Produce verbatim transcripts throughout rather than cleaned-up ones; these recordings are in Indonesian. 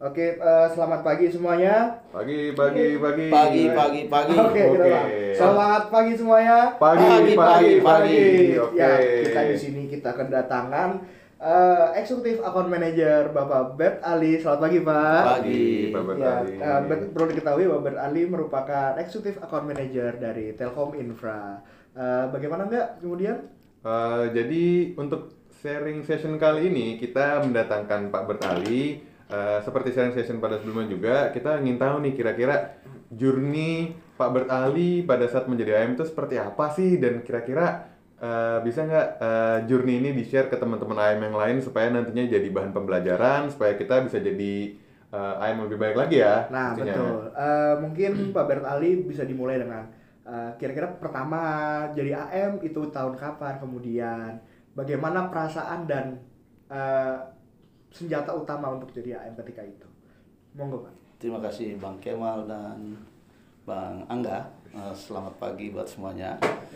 Oke, eh, selamat pagi semuanya. Pagi, pagi, pagi. Pagi, pagi, pagi. Oke, kita Oke. ulang. Selamat pagi semuanya. Pagi, Pagi, pagi, pagi, pagi. Oke. Ya, kita di sini kita kedatangan eh, eksekutif account manager Bapak Bert Ali. Selamat pagi, Pak. Pagi. Pak Bert Ya, Ali. eh, Bert- perlu diketahui bahwa Bert Ali merupakan eksekutif account manager dari Telkom Infra. Eh, bagaimana enggak kemudian? Eh, jadi untuk sharing session kali ini kita mendatangkan Pak Bert Ali. Eh, seperti sharing session pada sebelumnya juga, kita ingin tahu nih kira-kira journey Pak Bert Ali pada saat menjadi A M itu seperti apa sih, dan kira-kira eh, bisa nggak eh, journey ini di-share ke teman-teman A M yang lain supaya nantinya jadi bahan pembelajaran, supaya kita bisa jadi eh, A M lebih baik lagi ya. Nah, pastinya. betul. Eh, mungkin Pak Bert Ali bisa dimulai dengan eh, kira-kira pertama jadi A M itu tahun kapan, kemudian bagaimana perasaan dan eh, senjata utama untuk jadi A M ketika itu. Monggo, Pak. Terima kasih Bang Kemal dan Bang Angga. Eh, Selamat pagi buat semuanya.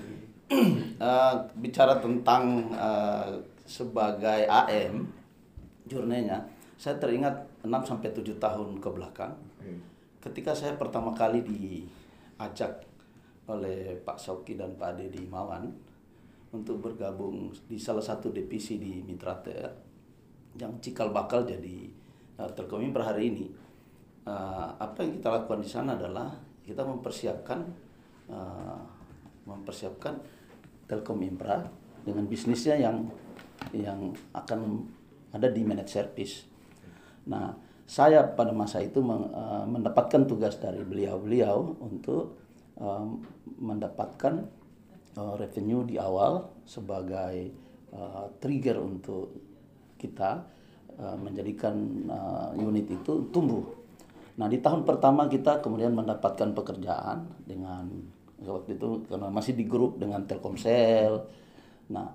Eh, bicara tentang eh, sebagai A M, journey-nya, saya teringat enam sampai tujuh tahun ke belakang. Ketika saya pertama kali diajak oleh Pak Sauki dan Pak Ade di Imawan untuk bergabung di salah satu divisi di Mitratel yang cikal bakal jadi uh, Telkom Infra hari ini. Uh, apa yang kita lakukan di sana adalah kita mempersiapkan uh, mempersiapkan Telkom Infra dengan bisnisnya yang yang akan ada di managed service. Nah, saya pada masa itu meng, uh, mendapatkan tugas dari beliau-beliau untuk um, mendapatkan uh, revenue di awal sebagai uh, trigger untuk kita uh, menjadikan uh, unit itu tumbuh. Nah, di tahun pertama kita kemudian mendapatkan pekerjaan dengan waktu itu karena masih di grup dengan Telkomsel. Nah,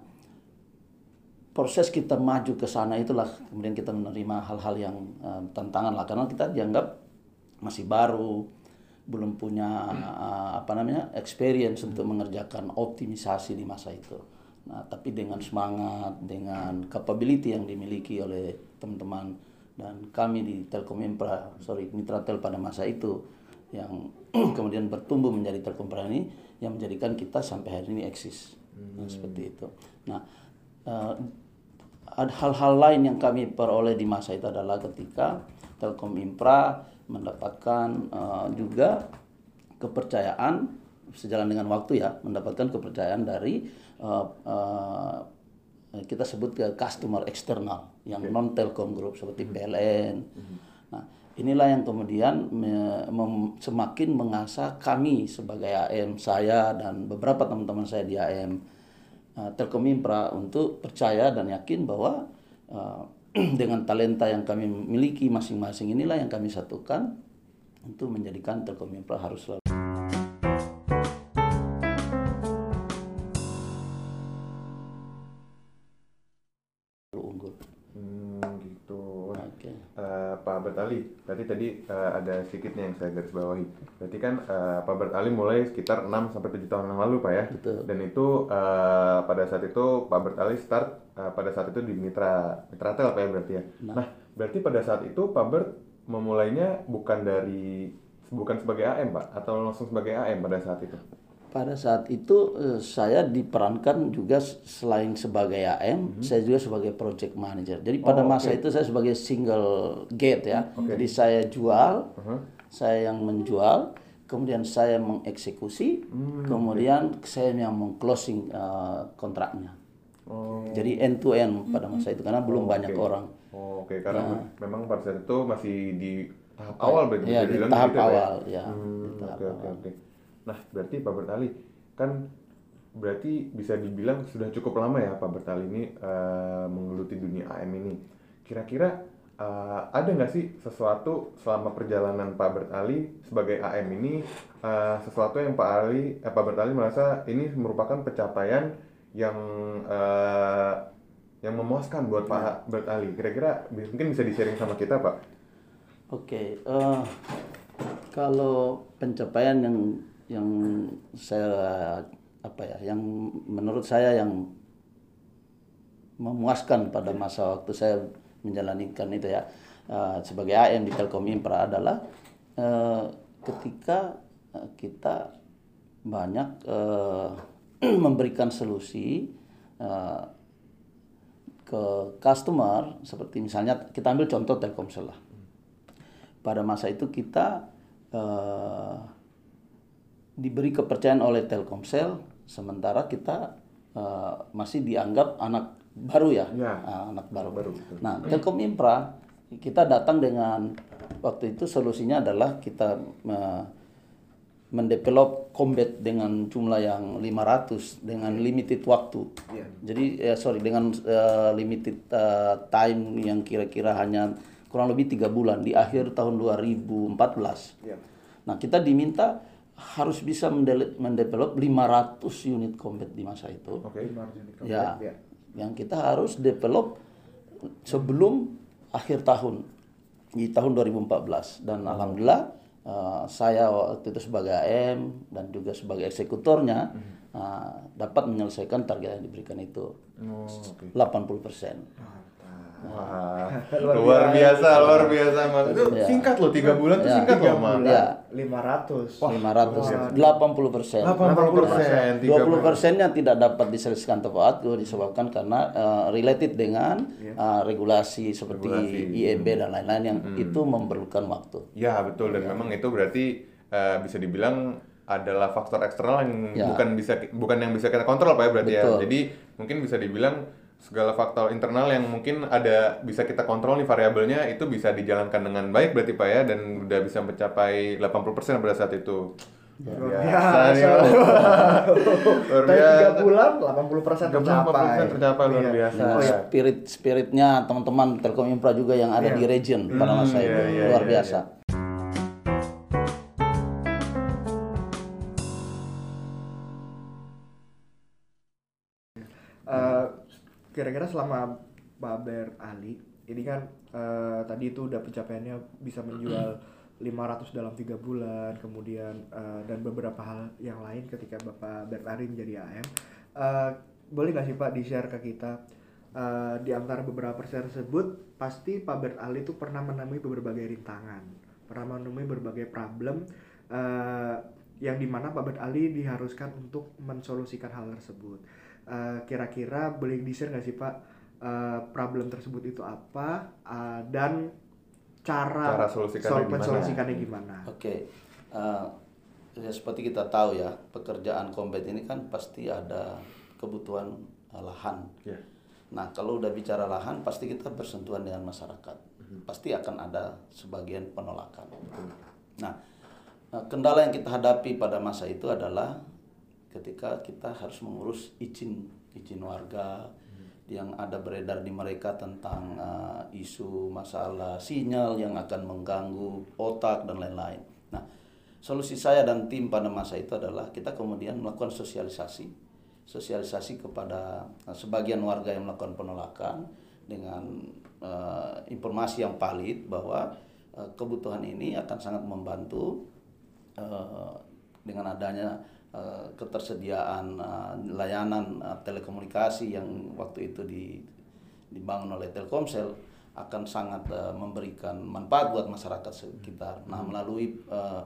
proses kita maju ke sana itulah kemudian kita menerima hal-hal yang uh, tantangan lah, karena kita dianggap masih baru, belum punya uh, apa namanya experience untuk mengerjakan optimisasi di masa itu. Nah, tapi dengan semangat, dengan capability yang dimiliki oleh teman-teman dan kami di Telkom Infra, sorry Mitratel pada masa itu, yang kemudian bertumbuh menjadi Telkom Infra ini, yang menjadikan kita sampai hari ini eksis. Nah, seperti itu. Nah, uh, ada hal-hal lain yang kami peroleh di masa itu adalah ketika Telkom Infra mendapatkan uh, juga kepercayaan sejalan dengan waktu ya, mendapatkan kepercayaan dari uh, uh, kita sebut ke customer eksternal yang okay. non Telkom Group seperti P L N. Mm-hmm. Nah, inilah yang kemudian me, mem, semakin mengasah kami sebagai A M, saya dan beberapa teman-teman saya di A M uh, Telkom Infra untuk percaya dan yakin bahwa uh, dengan talenta yang kami miliki masing-masing inilah yang kami satukan untuk menjadikan Telkom Infra harus selalu unggul. Hmm, gitu. Oke. Uh, Pak Bert Ali, berarti tadi uh, ada sedikit nih yang saya garis bawahi. Berarti kan uh, Pak Bert Ali mulai sekitar enam sampai tujuh tahun yang lalu, Pak ya. Betul. Dan itu uh, pada saat itu Pak Bert Ali start uh, pada saat itu di Mitra Mitratel Pak ya berarti ya. Nah. nah, berarti pada saat itu Pak Bert memulainya bukan dari bukan sebagai A M, Pak, atau langsung sebagai A M pada saat itu? Pada saat itu saya diperankan juga selain sebagai A M, mm-hmm. saya juga sebagai project manager. Jadi pada oh, masa okay. itu saya sebagai single gate ya. Okay. Jadi saya jual, uh-huh. saya yang menjual, kemudian saya mengeksekusi, hmm, kemudian okay. saya yang mengclosing uh, kontraknya. Oh. Jadi end to end pada masa itu karena belum oh, banyak okay. orang. Oh, Oke, okay. karena ya. memang pada saat itu masih di tahap Apa? awal berarti. Ya, di tahap gitu, awal ya. Oke oke oke. Nah, berarti Pak Bert Ali kan berarti bisa dibilang sudah cukup lama ya Pak Bert Ali ini uh, menggeluti dunia A M ini. Kira-kira uh, ada nggak sih sesuatu selama perjalanan Pak Bert Ali sebagai A M ini uh, sesuatu yang Pak Ali, eh, Pak Bert Ali merasa ini merupakan pencapaian yang uh, yang memuaskan buat Pak Bert Ali. Kira-kira mungkin bisa di-sharing sama kita, Pak? Oke, okay, uh, kalau pencapaian yang yang saya apa ya, yang menurut saya yang memuaskan pada masa waktu saya menjalankan itu ya, uh, sebagai A M di Telkom Infra adalah uh, ketika uh, kita banyak uh, memberikan solusi uh, ke customer, seperti misalnya kita ambil contoh Telkomsel lah. Pada masa itu kita uh, diberi kepercayaan oleh Telkomsel, sementara kita uh, masih dianggap anak baru ya, ya. Uh, anak baru. baru Nah, Telkom Infra kita datang dengan waktu itu solusinya adalah kita uh, mendevelop combat dengan jumlah yang lima ratus dengan limited waktu. Yeah. Jadi eh, sorry dengan uh, limited uh, time yang kira-kira hanya kurang lebih tiga bulan di akhir tahun dua ribu empat belas. Yeah. Nah, kita diminta harus bisa mendevelop lima ratus unit combat di masa itu. Oke. Okay. Ya. Yeah. Yang kita harus develop sebelum akhir tahun di tahun dua ribu empat belas, dan hmm. alhamdulillah uh, saya waktu itu sebagai A M dan juga sebagai eksekutornya hmm. uh, dapat menyelesaikan target yang diberikan itu. Oh, okay. delapan puluh persen. Wah, luar biasa, luar biasa mas. Itu ya. Singkat loh, tiga bulan tuh ya. singkat loh mas. Ya. lima ratus. lima ratus. delapan puluh persen. delapan puluh persen. dua puluh persennya tidak dapat diselesaikan tepat waktu disebabkan karena uh, related dengan uh, regulasi seperti regulasi. I E B dan lain-lain yang hmm. itu memerlukan waktu. Ya betul, dan ya. memang itu berarti uh, bisa dibilang adalah faktor eksternal yang ya. bukan bisa bukan yang bisa kita kontrol Pak ya berarti betul. ya. Jadi mungkin bisa dibilang segala faktor internal yang mungkin ada bisa kita kontrol nih variabelnya itu bisa dijalankan dengan baik berarti Pak ya, dan udah bisa mencapai delapan puluh persen pada saat itu. Luar biasa. Luar biasa. tiga bulan delapan puluh persen tercapai. tercapai luar biasa. Nah, spirit spiritnya teman-teman Telkom Infra juga yang ada yeah. di region hmm, pada masa yeah, itu yeah, luar yeah, biasa. Yeah. Uh, kira-kira selama Pak Bert Ali ini kan uh, tadi itu udah pencapaiannya bisa menjual lima ratus dalam tiga bulan, kemudian uh, dan beberapa hal yang lain ketika Bapak Bert Ali menjadi A M. Uh, boleh nggak sih Pak di-share ke kita uh, di antara beberapa persen tersebut pasti Pak Bert Ali itu pernah menemui berbagai rintangan, pernah menemui berbagai problem uh, yang dimana Pak Bert Ali diharuskan untuk mensolusikan hal tersebut. Uh, kira-kira boleh di-share nggak sih Pak uh, problem tersebut itu apa uh, dan cara, cara solusikannya mensolusikannya gimana? Oke, okay. uh, ya seperti kita tahu ya, pekerjaan combat ini kan pasti ada kebutuhan uh, lahan. Yeah. Nah kalau udah bicara lahan pasti kita bersentuhan dengan masyarakat, mm-hmm. pasti akan ada sebagian penolakan. Mm-hmm. Nah uh, kendala yang kita hadapi pada masa itu adalah ketika kita harus mengurus izin izin warga hmm. yang ada beredar di mereka tentang uh, isu masalah sinyal yang akan mengganggu otak dan lain-lain. Nah, solusi saya dan tim pada masa itu adalah kita kemudian melakukan sosialisasi, sosialisasi kepada uh, sebagian warga yang melakukan penolakan dengan uh, informasi yang valid bahwa uh, kebutuhan ini akan sangat membantu uh, dengan adanya Uh, ketersediaan uh, layanan uh, telekomunikasi yang waktu itu di, dibangun oleh Telkomsel akan sangat uh, memberikan manfaat buat masyarakat sekitar. Nah, melalui uh,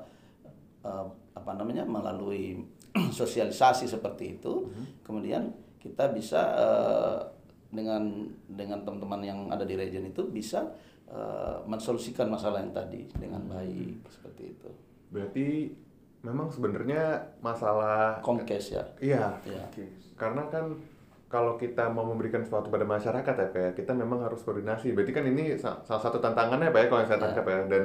uh, apa namanya melalui sosialisasi seperti itu, mm-hmm. kemudian kita bisa uh, dengan dengan teman-teman yang ada di region itu bisa uh, mensolusikan masalah yang tadi dengan baik seperti itu. Berarti memang sebenarnya masalah Comcast ya. Iya. Ya. Karena kan kalau kita mau memberikan sesuatu pada masyarakat ya Pak ya, kita memang harus koordinasi. Berarti kan ini salah satu tantangannya Pak ya kalau yang saya tangkap ya. Dan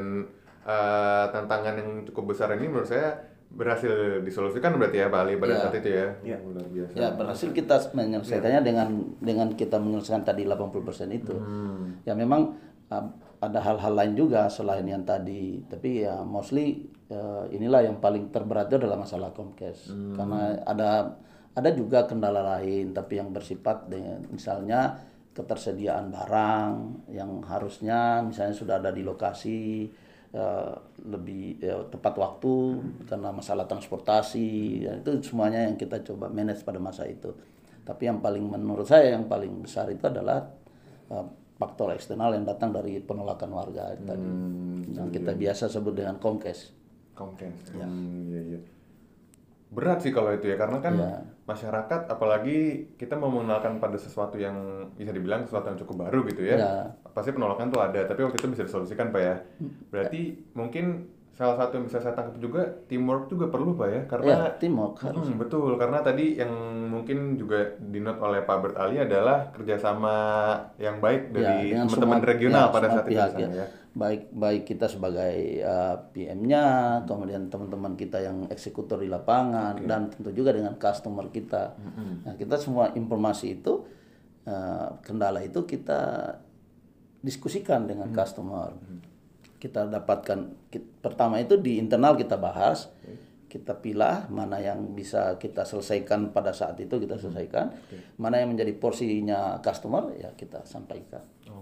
uh, tantangan yang cukup besar ini menurut saya berhasil disolusikan berarti ya Pak Ali pada ya. saat itu ya. Ya. Luar biasa. Ya, berhasil kita menyelesaikannya ya. dengan dengan kita menyelesaikan tadi delapan puluh persen itu. Hmm. Ya memang uh, ada hal-hal lain juga selain yang tadi, tapi ya mostly uh, inilah yang paling terberat itu adalah masalah Comcast. Hmm. Karena ada ada juga kendala lain tapi yang bersifat dengan misalnya ketersediaan barang yang harusnya misalnya sudah ada di lokasi uh, lebih uh, tepat waktu hmm. karena masalah transportasi, dan itu semuanya yang kita coba manage pada masa itu. Tapi yang paling menurut saya yang paling besar itu adalah uh, faktor eksternal yang datang dari penolakan warga tadi, Hmm, yang iya, kita iya. biasa sebut dengan kongkes. Kongkes. Ya. Hmm, iya, iya. Berat sih kalau itu ya, karena kan Ya. masyarakat, apalagi kita mau mengenalkan pada sesuatu yang bisa dibilang sesuatu yang cukup baru gitu ya, Ya. pasti penolakan tuh ada, tapi waktu itu bisa disolusikan Pak ya. Berarti mungkin salah satu yang bisa saya tangkap juga, teamwork juga perlu Pak ya, karena Ya, teamwork harus. Hmm, betul, karena tadi yang mungkin juga dinot oleh Pak Bert Ali adalah kerjasama yang baik dari dengan teman-teman semua- regional ya, pada semua saat itu pihak, di sana ya. ya. Baik baik kita sebagai uh, P M-nya, kemudian teman-teman kita yang eksekutor di lapangan, dan tentu juga dengan customer kita. Nah, kita semua informasi itu, uh, kendala itu kita diskusikan dengan customer. Kita dapatkan, ki- pertama itu di internal kita bahas, kita pilah mana yang bisa kita selesaikan pada saat itu kita selesaikan, mana yang menjadi porsinya customer ya kita sampaikan.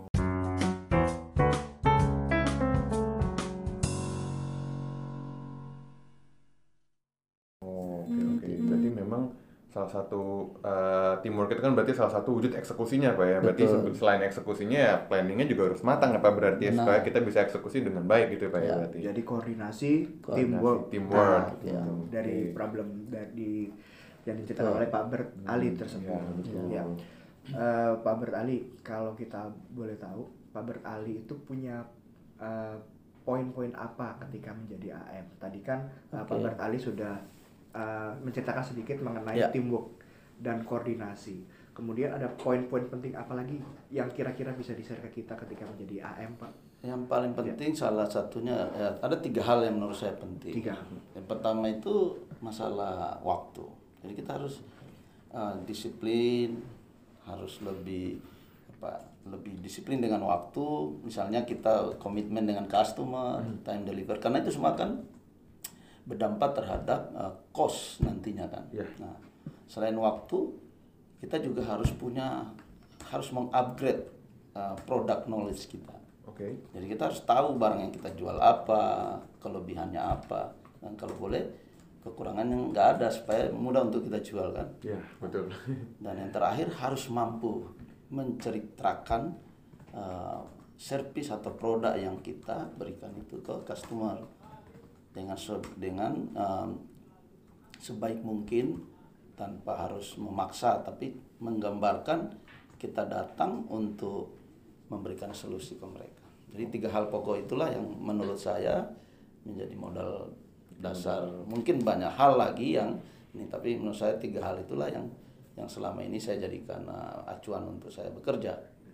Oh, oke oke. Berarti memang salah satu eh, teamwork itu kan berarti salah satu wujud eksekusinya Pak ya. Berarti Betul. se- selain eksekusinya ya planningnya juga harus matang ya Pak, berarti ya, supaya kita bisa eksekusi dengan baik gitu Pak ya, berarti. Jadi koordinasi, Koordinasi, teamwork, teamwork, Nah, gitu. gitu. Dari Oke. problem dari yang diceritakan oleh Pak Bert Ali tersebut. Ya, betul. Ya. Eh, Pak Bert Ali, kalau kita boleh tahu, Pak Bert Ali itu punya eh, poin-poin apa ketika menjadi A M? Tadi kan eh, Pak Oke. Bert Ali sudah eh, menceritakan sedikit mengenai Ya. teamwork dan koordinasi. Kemudian ada poin-poin penting apa lagi yang kira-kira bisa di-share ke kita ketika menjadi A M, Pak? Yang paling penting salah satunya ya, ada tiga hal yang menurut saya penting. Tiga. Yang pertama itu masalah waktu. Jadi kita harus uh, disiplin, harus lebih apa? Lebih disiplin dengan waktu. Misalnya kita komitmen dengan customer, time deliver. Karena itu semua kan berdampak terhadap uh, cost nantinya kan. Ya. Nah, selain waktu, kita juga harus punya harus mengupgrade uh, product knowledge kita. Oke. Jadi kita harus tahu barang yang kita jual apa, kelebihannya apa, dan kalau boleh kekurangan yang nggak ada supaya mudah untuk kita jual kan. Ya, betul. Dan yang terakhir harus mampu menceritakan uh, servis atau produk yang kita berikan itu ke customer dengan se- dengan um, sebaik mungkin tanpa harus memaksa, tapi menggambarkan kita datang untuk memberikan solusi ke mereka. Jadi tiga hal pokok itulah yang menurut saya menjadi modal dasar. Mungkin banyak hal lagi yang ini, tapi menurut saya tiga hal itulah yang yang selama ini saya jadikan uh, acuan untuk saya bekerja.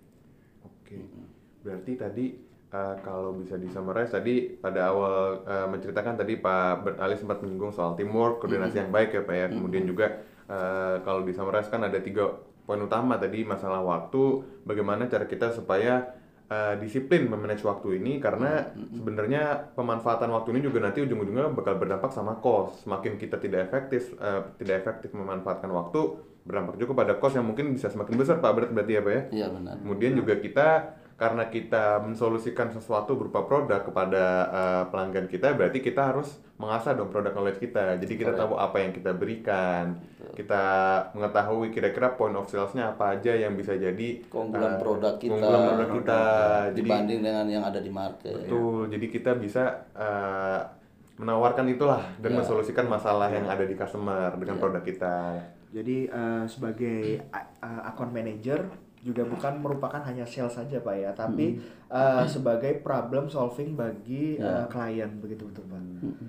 Oke. Berarti tadi uh, kalau bisa disummarize tadi pada awal uh, menceritakan tadi Pak Bert Ali sempat menyinggung soal teamwork, koordinasi yang baik ya Pak ya. Kemudian juga uh, kalau disummarize kan ada tiga poin utama tadi, masalah waktu, bagaimana cara kita supaya uh, disiplin memanage waktu ini, karena sebenarnya pemanfaatan waktu ini juga nanti ujung-ujungnya bakal berdampak sama cost. Semakin kita tidak efektif uh, tidak efektif memanfaatkan waktu, berdampak juga pada cost yang mungkin bisa semakin besar Pak Bert, berarti ya Pak ya. Iya benar. Kemudian juga kita, karena kita mensolusikan sesuatu berupa produk kepada uh, pelanggan kita, berarti kita harus mengasah dong produk knowledge kita. Jadi kita tahu apa yang kita berikan, kita mengetahui kira-kira point of sales-nya apa aja yang bisa jadi uh, Keunggulan produk kita, keunggulan produk kita. Jadi dibanding dengan yang ada di market. betul. Jadi kita bisa uh, menawarkan itulah dan Ya. mensolusikan masalah yang ada di customer dengan produk kita. Jadi eh, sebagai a- a- account manager juga bukan merupakan hanya sales saja Pak ya, tapi eh, sebagai problem solving bagi eh, klien, begitu betul Pak.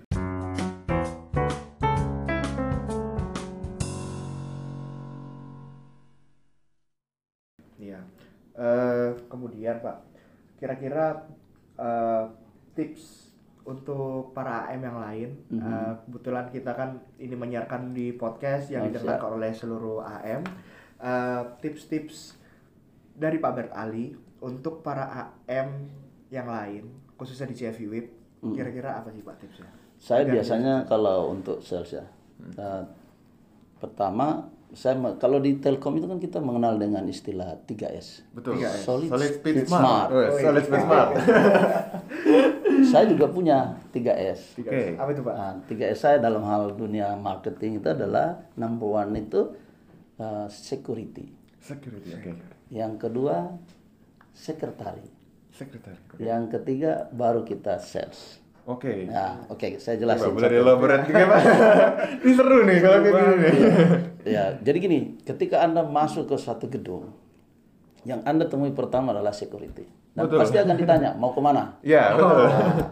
Iya. Eh, kemudian Pak, kira-kira eh, tips untuk para A M yang lain, eh, kebetulan kita kan ini menyiarkan di podcast yang Oh, didengarkan oleh seluruh A M. Eh, tips-tips dari Pak Bert Ali untuk para A M yang lain, khususnya di C F I W I P, kira-kira apa sih Pak tipsnya? Saya Agar biasanya kalau untuk sales ya, uh, pertama saya me- kalau di Telkom itu kan kita mengenal dengan istilah tiga S. Betul. tiga S. Solid, Solid speed speed, smart. smart. Oh, solid speed smart. Saya juga punya tiga S. Tiga Oke. S. Apa itu Pak? Nah, tiga S saya dalam hal dunia marketing itu adalah number one itu uh, security. Security, oke. Yang kedua sekretari. Sekretari. Oke. Yang ketiga baru kita sales. Oke. Nah, oke, saya jelasin. Boleh elaborate juga, Pak? Ini seru nih kalau kayak gini nih. Ya, jadi gini, ketika Anda masuk ke suatu gedung, yang Anda temui pertama adalah security. Dan Betul. pasti akan ditanya, mau kemana? Iya, betul. Nah,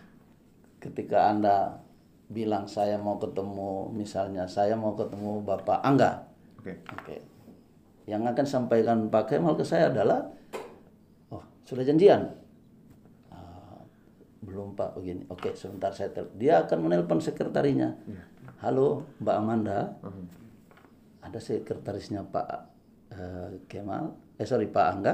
ketika Anda bilang saya mau ketemu, misalnya saya mau ketemu Bapak Angga. Oke. Oke. Yang akan sampaikan Pak Kemal ke saya adalah, oh, sudah janjian? Ah, belum Pak, begini. Oke, sebentar saya tel. Dia akan menelpon sekretarinya. Halo, Mbak Amanda. Ada sekretarisnya Pak eh, Kemal. Eh sorry Pak Angga.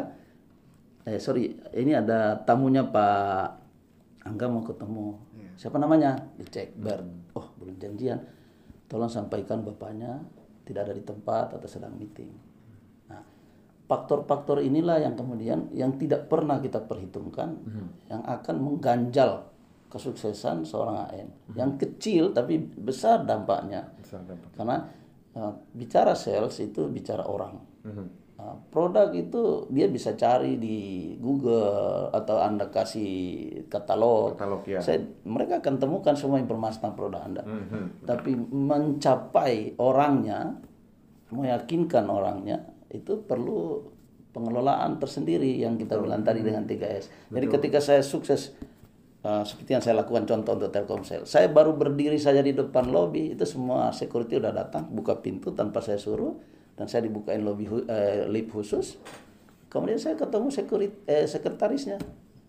Eh sorry, ini ada tamunya Pak Angga mau ketemu. Siapa namanya? Dicek. Bert. Oh, belum janjian. Tolong sampaikan bapaknya tidak ada di tempat atau sedang meeting. Nah, faktor-faktor inilah yang kemudian yang tidak pernah kita perhitungkan, yang akan mengganjal kesuksesan seorang A M. Yang kecil tapi besar dampaknya. Besar dampak. Karena uh, bicara sales itu bicara orang. Uh, produk itu dia bisa cari di Google atau Anda kasih katalog. Katalog, ya. Saya, mereka akan temukan semua informasi tentang produk Anda. Tapi mencapai orangnya, meyakinkan orangnya itu perlu pengelolaan tersendiri yang kita bilang tadi dengan tiga S. Jadi ketika saya sukses uh, seperti yang saya lakukan contoh untuk Telkomsel, saya baru berdiri saja di depan lobby, itu semua security udah datang buka pintu tanpa saya suruh, dan saya dibukain lobby eh, lift khusus. Kemudian saya ketemu security eh, sekretarisnya.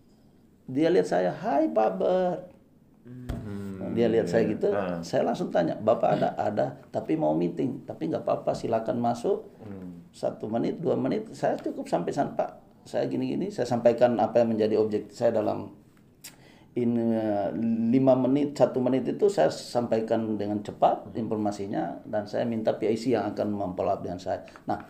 Dia lihat saya, "Hai Pak Bert." Hmm, Dia lihat saya iya. gitu, Ah. saya langsung tanya, "Bapak ada?" "Ada, tapi mau meeting." "Tapi nggak apa-apa, silakan masuk." Satu menit, dua menit, saya cukup sampai sana, "Pak, saya gini-gini." Saya sampaikan apa yang menjadi objek saya dalam in uh, lima menit, satu menit itu saya sampaikan dengan cepat informasinya, dan saya minta P I C yang akan memfollow up dengan saya. Nah,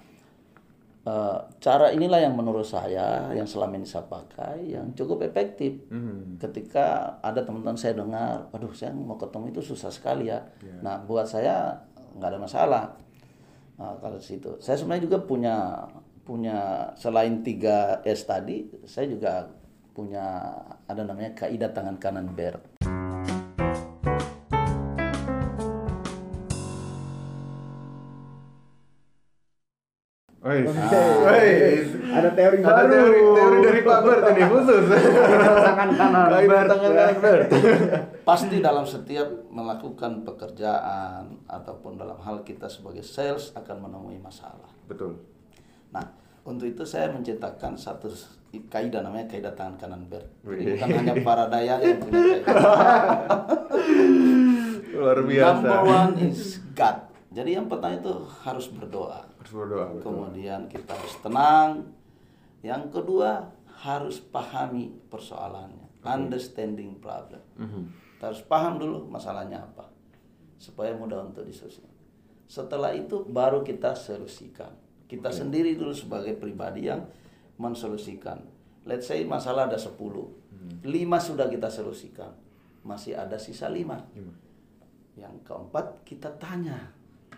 uh, cara inilah yang menurut saya yang selama ini saya pakai yang cukup efektif. Ketika ada teman-teman saya dengar, "Waduh, saya mau ketemu itu susah sekali ya." Nah, buat saya nggak ada masalah. Nah, kalau situ, saya sebenarnya juga punya punya selain tiga S tadi, saya juga punya ada namanya kaidah tangan kanan Bert. Woi, Ada teori ada baru. teori, teori dari Pak Bert ini khusus. Tangan kanan. Kaidah Bert. tangan kanan Bert. Pasti dalam setiap melakukan pekerjaan ataupun dalam hal kita sebagai sales akan menemui masalah. Betul. Nah, untuk itu saya menciptakan satu kaidah namanya kaidah tangan kanan Bert. Jadi Wih. bukan hanya para daya yang punya kaidah. Luar biasa. Number one is God. Jadi yang pertama itu harus berdoa. Harus berdoa, betul. Kemudian kita harus tenang. Yang kedua harus pahami persoalannya, understanding problem. Kita harus paham dulu masalahnya apa, supaya mudah untuk disolusikan. Setelah itu baru kita solusikan. Kita sendiri dulu sebagai pribadi yang mensolusikan. Let's say masalah ada sepuluh, lima sudah kita solusikan, masih ada sisa lima. Yang keempat kita tanya,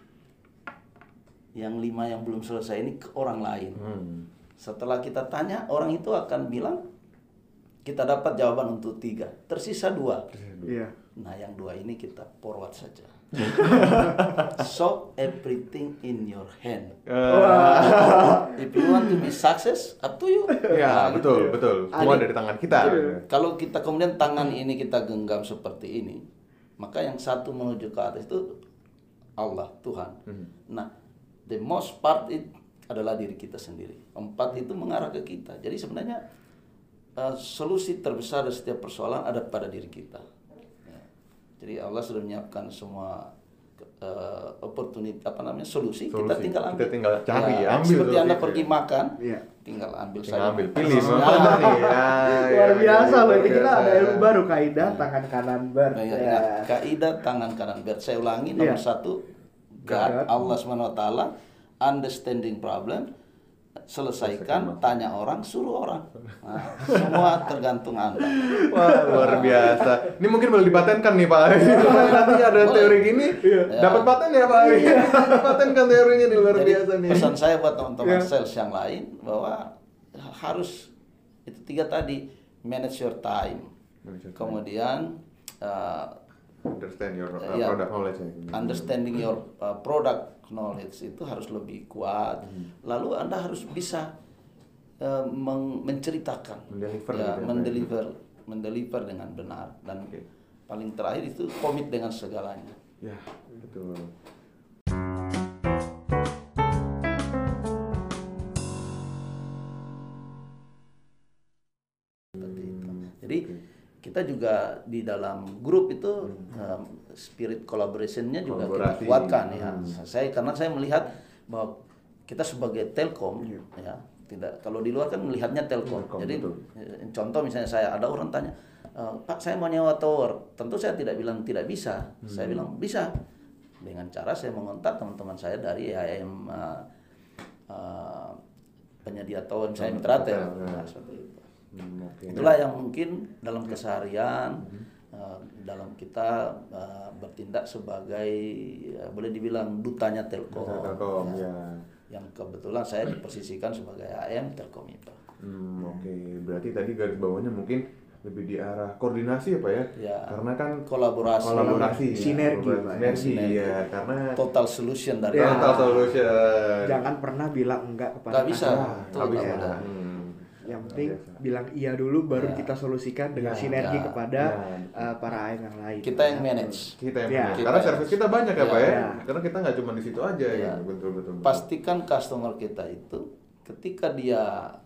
yang lima yang belum selesai ini ke orang lain. Setelah kita tanya, orang itu akan bilang, kita dapat jawaban untuk tiga, tersisa dua. Iya. Nah, yang dua ini kita forward saja. So everything in your hand. If you want to be success, up to you. Ya, Nah, betul, gitu. betul. Semua Adik- dari tangan kita. Kalau kita kemudian tangan ini kita genggam seperti ini, maka yang satu menuju ke atas itu Allah, Tuhan. Nah, the most part it adalah diri kita sendiri. Empat itu mengarah ke kita. Jadi sebenarnya uh, solusi terbesar dari setiap persoalan ada pada diri kita. Ya. Jadi Allah sudah menyiapkan semua uh, opportunity, apa namanya, solusi, kita Solusi. tinggal ambil. Kita tinggal cari, Ya, ambil seperti solusi Anda itu. pergi makan, Iya. tinggal ambil Tinggal saja. ambil, pilih Nah, mana nih. Ya, Luar ya, biasa ya, loh, luar ini kita biasa. ada ilmu baru, kaidah tangan kanan Bert. Nah, ya, Ya. ingat, kaidah tangan kanan Bert. Saya ulangi, nomor Iya. satu, God, God. Allah subhanahu wa taala, understanding problem, selesaikan, tanya orang, suruh orang. Nah, semua tergantung Anda. Wah, luar biasa. Ini mungkin boleh dipatenkan nih Pak. Nanti ada Boleh. teori gini, dapat paten ya Pak. Patenkan teorinya nih, luar Jadi biasa nih. pesan saya buat teman-teman Iya. sales yang lain bahwa harus itu tiga tadi, manage your time, Manage your time. kemudian uh, Understand your uh, ya, product knowledge. ya. understanding your uh, product knowledge itu harus lebih kuat. Lalu Anda harus bisa uh, meng- menceritakan, Mendeliver ya, gitu ya, mendeliver, mendeliver dengan benar, dan Oke. paling terakhir itu komit dengan segalanya. Ya, betul. Seperti itu. Jadi kita juga di dalam grup itu um, spirit collaboration-nya juga kita Kolaborasi. kuatkan ya. Hmm. Saya karena saya melihat bahwa kita sebagai telkom ya, tidak, kalau di luar kan melihatnya telkom. Telkom, Jadi betul. eh, contoh misalnya saya ada orang tanya, "E, Pak saya mau nyewa tower." Tentu saya tidak bilang tidak bisa. Saya bilang bisa. Dengan cara saya mengontak teman-teman saya dari A M uh, uh, penyedia tower misalnya Mitratel. Ya. Nah, seperti itu. Hmm, oke. Itulah yang mungkin dalam keseharian uh, dalam kita uh, bertindak sebagai uh, boleh dibilang dutanya Telkom, Duta Telkom, ya. ya. Yang kebetulan saya diposisikan sebagai A M Telkom itu. Hmm, oke. Berarti tadi garis bawahnya mungkin lebih di arah koordinasi ya Pak ya? Ya. Karena kan Kolaborasi, kolaborasi, Sinergi, ya. Pak. Sinergi, Sinergi. ya. Karena total solution dari Ya. total solution. Jangan pernah bilang enggak kepada Nggak bisa. customer. Nah, Itu nggak nggak bisa. boleh. Hmm. Yang penting Biasa. bilang iya dulu, baru Ya. kita solusikan dengan Ya. sinergi Ya. kepada Ya. uh, para A M yang lain. Kita yang manage. Kita yang Ya. manage. Kita Karena yang- service kita banyak ya Ya. Pak ya? Ya. Karena kita nggak cuma di situ aja Ya. gitu. Betul, betul, betul. Pastikan customer kita itu ketika dia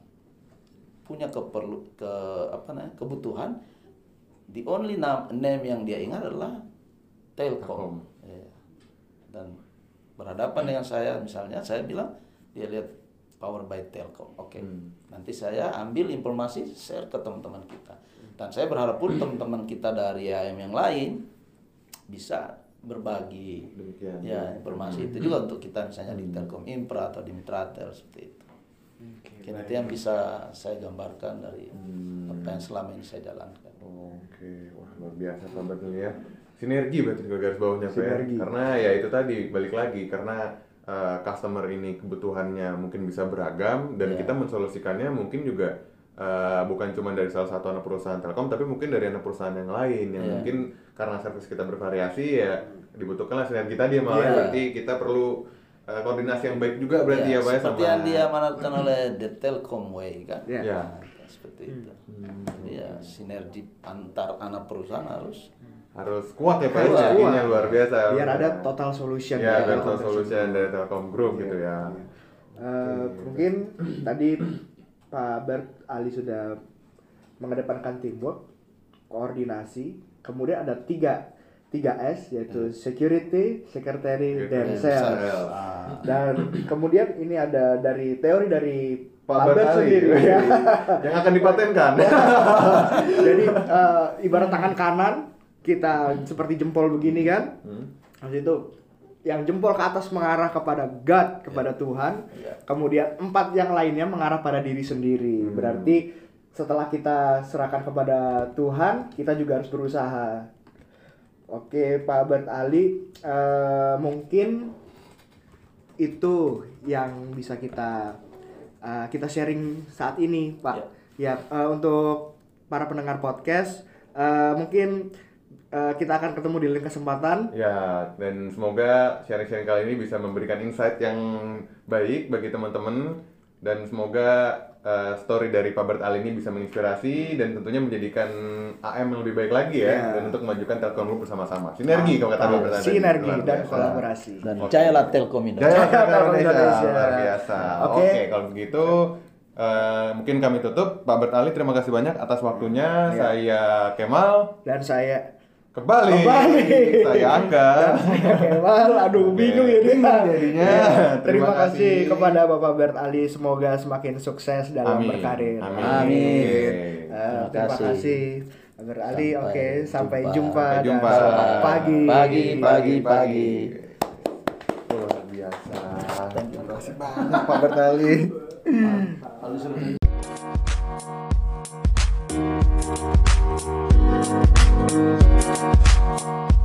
punya keperlu ke apa namanya kebutuhan, the only nam- name yang dia ingat adalah Telkom. Ya. Dan berhadapan dengan saya, misalnya saya bilang, dia lihat power by Telkom. Oke. Hmm. Nanti saya ambil informasi, share ke teman-teman kita. Dan saya berharap pun teman-teman kita dari A M yang lain bisa berbagi Demikian. ya informasi itu juga untuk kita misalnya di Telkom Infra atau di Mitratel seperti itu. Oke, Mungkin baik. itu yang bisa saya gambarkan dari Hmm. apa yang selama ini saya jalankan. Oke, wah luar biasa Pak Bertul ya. Sinergi berarti juga garis bawahnya Pak ya. Sinergi. Karena ya itu tadi balik lagi karena uh, customer ini kebutuhannya mungkin bisa beragam dan Ya. kita mensolusikannya mungkin juga uh, bukan cuma dari salah satu anak perusahaan Telkom tapi mungkin dari anak perusahaan yang lain yang Ya. mungkin karena service kita bervariasi ya dibutuhkanlah sinergi tadi ya malah Ya. berarti kita perlu uh, koordinasi yang baik juga berarti ya, Pak ya seperti sama yang diamanatkan oleh The Telkom Way kan. Ya. Ya. Nah, seperti itu. Hmm. Jadi ya sinergi antar anak perusahaan harus Harus kuat ya Pak ya, Harus sinerginya kuat. luar biasa. Biar ada Ya. total solution. Ya, dari dan Telkom solution tersebut. dari Telkom Group Iya, gitu ya. iya. Eh, mungkin tadi Pak Bert Ali sudah mengedepankan teamwork, koordinasi, kemudian ada tiga tiga S yaitu security, secretary, dan dan sales. sales. Ah. Dan kemudian ini ada dari teori dari Pak Bert Bert Ali. sendiri. Ya. Yang akan dipatenkan. Jadi eh, ibarat tangan kanan kita seperti jempol begini kan. Hmm. Habis itu yang jempol ke atas mengarah kepada God, kepada Tuhan. Ya. Kemudian empat yang lainnya mengarah pada diri sendiri. Hmm. Berarti setelah kita serahkan kepada Tuhan, kita juga harus berusaha. Oke, Pak Bert Ali, eh, mungkin itu yang bisa kita eh, kita sharing saat ini, Pak. Ya, eh, untuk para pendengar podcast, eh, mungkin eh, kita akan ketemu di lain kesempatan. Ya, dan semoga sharing-sharing kali ini bisa memberikan insight yang baik bagi teman-teman dan semoga uh, story dari Pak Bert Ali ini bisa menginspirasi dan tentunya menjadikan A M yang lebih baik lagi ya, Ya. dan untuk memajukan Telkom Group bersama-sama. Sinergi kalau kata Pak Bert Ali. Sinergi Luar dan biasa. kolaborasi. Dan Oke. jayalah Telkom Indonesia. Jaya Telkom Telkom Indonesia. Indonesia. Luar biasa. Oke. Oke, kalau begitu uh, mungkin kami tutup. Pak Bert Ali, terima kasih banyak atas waktunya. Ya. Saya Kemal. Dan saya Kembali. Kembali. Saya Angga. Kemal, aduh bingung ya dia. Bingung jadinya. Ya, Terima Terima kasih kasih. kepada Bapak Bert Ali, semoga semakin sukses dalam Amin. berkarir. Amin. Amin. Eh, Terima terima kasih. kasih Pak Bert Ali. Sampai Oke, sampai jumpa. jumpa, Sampai dan jumpa. selamat pagi. Pagi, pagi, pagi. Luar biasa. Terima kasih banyak Pak Bert Ali. Lalu suruh We'll be right back.